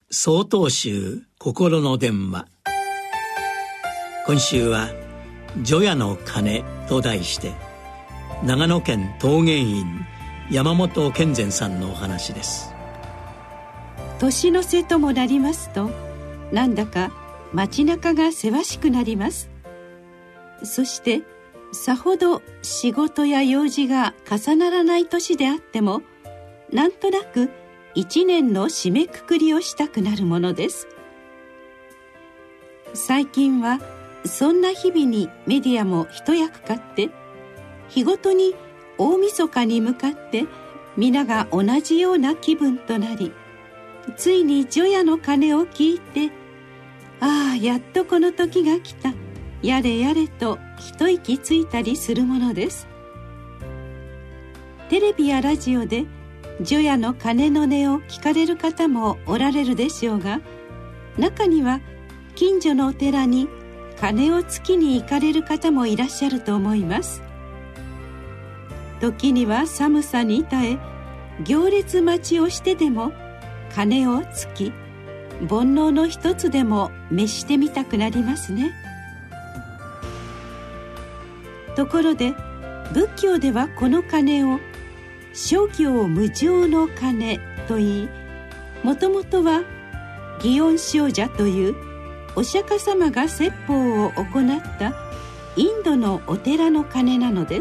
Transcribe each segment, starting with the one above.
曹洞宗心の電話。今週は除夜の鐘と題して、長野県桃源院山本健全さんのお話です。 年の瀬ともなりますと、なんだか街中がせわしくなります。そしてさほど仕事や用事が重ならない年であっても、なんとなく一年の締めくくりをしたくなるものです。最近はそんな日々にメディアも一役買って、日ごとに大晦日に向かって皆が同じような気分となり、ついに除夜の鐘を聞いて、ああやっとこの時が来た、やれやれと一息ついたりするものです。テレビやラジオで除夜の鐘の音を聞かれる方もおられるでしょうが、中には近所のお寺に鐘をつきに行かれる方もいらっしゃると思います。時には寒さに耐え、行列待ちをしてでも鐘をつき、煩悩の一つでも召してみたくなりますね。ところで仏教ではこの鐘を諸行無常の鐘と言い、もともとは祇園精舎というお釈迦様が説法を行ったインドのお寺の鐘なのです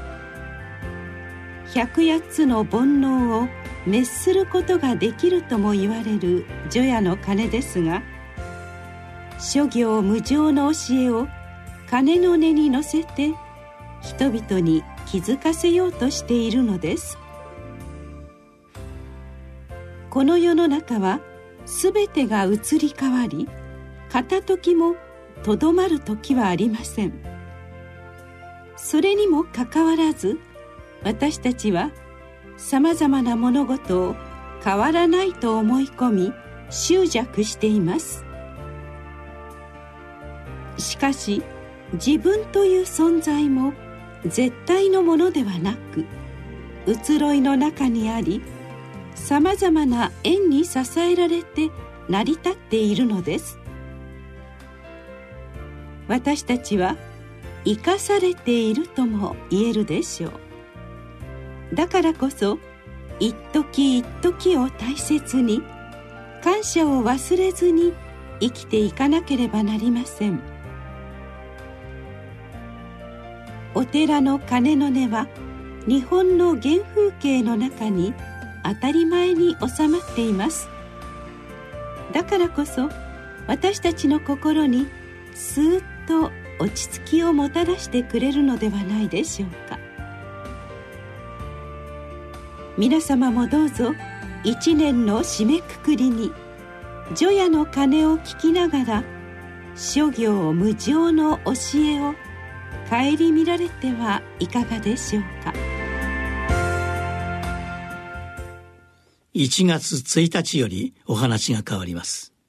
。108つの煩悩を滅することができるとも言われる除夜の鐘ですが、諸行無常の教えを鐘の音に乗せて人々に気づかせようとしているのです。この世の中はすべてが移り変わり、片時もとどまる時はありません。それにもかかわらず、私たちはさまざまな物事を変わらないと思い込み執着しています。しかし自分という存在も絶対のものではなく、移ろいの中にあり、さまざまな縁に支えられて成り立っているのです。私たちは生かされているとも言えるでしょう。だからこそ一時一時を大切に、感謝を忘れずに生きていかなければなりません。お寺の鐘の音は日本の原風景の中に当たり前に収まっています。だからこそ私たちの心にスーッと落ち着きをもたらしてくれるのではないでしょうか。皆様もどうぞ一年の締めくくりに除夜の鐘を聞きながら、諸行無常の教えを顧みられてはいかがでしょうか。 1月1日よりお話が変わります。